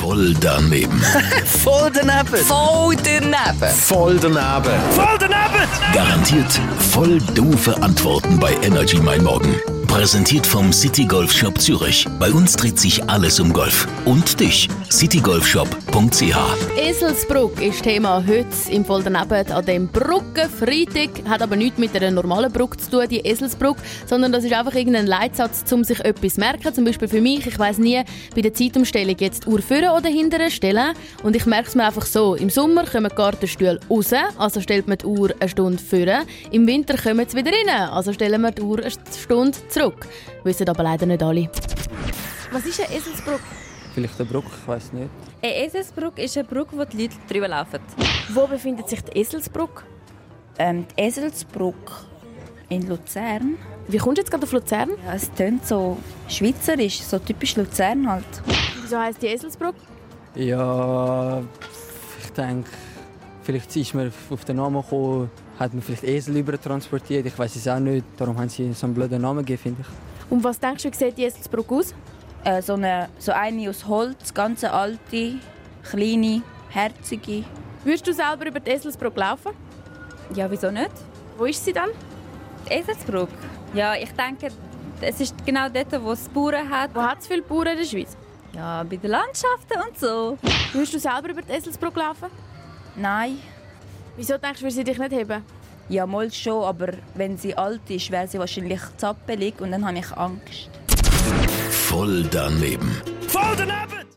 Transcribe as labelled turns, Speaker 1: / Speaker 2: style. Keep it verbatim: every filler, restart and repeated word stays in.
Speaker 1: Voll daneben.
Speaker 2: Voll daneben.
Speaker 3: Voll daneben.
Speaker 1: Voll daneben.
Speaker 2: Voll daneben.
Speaker 1: Garantiert voll doofe Antworten bei Energy Mein Morgen. Präsentiert vom City Golf Shop Zürich. Bei uns dreht sich alles um Golf. Und dich, citygolfshop punkt c h.
Speaker 4: Eselsbrücke ist Thema heute im Voll daneben an dem Brückenfreitag. Hat aber nichts mit einer normalen Brücke zu tun, die Eselsbrücke, sondern das ist einfach irgendein Leitsatz, um sich etwas zu merken. Zum Beispiel für mich, ich weiss nie bei der Zeitumstellung jetzt Uhr vorne oder hinterher stellen. Und ich merke es mir einfach so. Im Sommer kommen die Gartenstühle raus, also stellt man die Uhr eine Stunde vorne. Im Winter kommen sie wieder rein, also stellen wir die Uhr eine Stunde zurück. Wissen aber leider nicht alle. Was ist eine Eselsbrücke?
Speaker 5: Vielleicht eine Brücke, ich weiss nicht.
Speaker 6: Eine Eselsbrücke ist eine Brücke, wo die Leute drüber laufen.
Speaker 4: Wo befindet sich die Eselsbrücke?
Speaker 7: Ähm, die Eselsbrücke in Luzern.
Speaker 4: Wie kommst du jetzt gerade auf Luzern?
Speaker 7: Ja, es klingt so schweizerisch, so typisch Luzern halt.
Speaker 4: Wieso heisst die Eselsbrücke?
Speaker 5: Ja, ich denke, vielleicht ist man auf den Namen gekommen, hat man vielleicht Esel übertransportiert. Ich weiß es auch nicht. Darum haben sie so einen blöden Namen gegeben, finde ich.
Speaker 4: Und was denkst du, wie sieht die Eselsbrücke aus?
Speaker 7: Äh, so, eine, so eine aus Holz, ganz alte, kleine, herzige.
Speaker 4: Würdest du selber über die Eselsbrücke laufen?
Speaker 6: Ja, wieso nicht?
Speaker 4: Wo ist sie dann?
Speaker 6: Die Eselsbrücke? Ja, ich denke, es ist genau dort, wo es Bauern hat.
Speaker 4: Wo hat es viele Bauern in der Schweiz?
Speaker 6: Ja, bei den Landschaften und so.
Speaker 4: Würdest du selber über die Eselsbrücke laufen?
Speaker 7: Nein.
Speaker 4: Wieso denkst du, würde sie dich nicht heben?
Speaker 7: Ja, mal schon, aber wenn sie alt ist, wäre sie wahrscheinlich zappelig und dann habe ich Angst.
Speaker 1: Voll daneben.
Speaker 2: Voll daneben.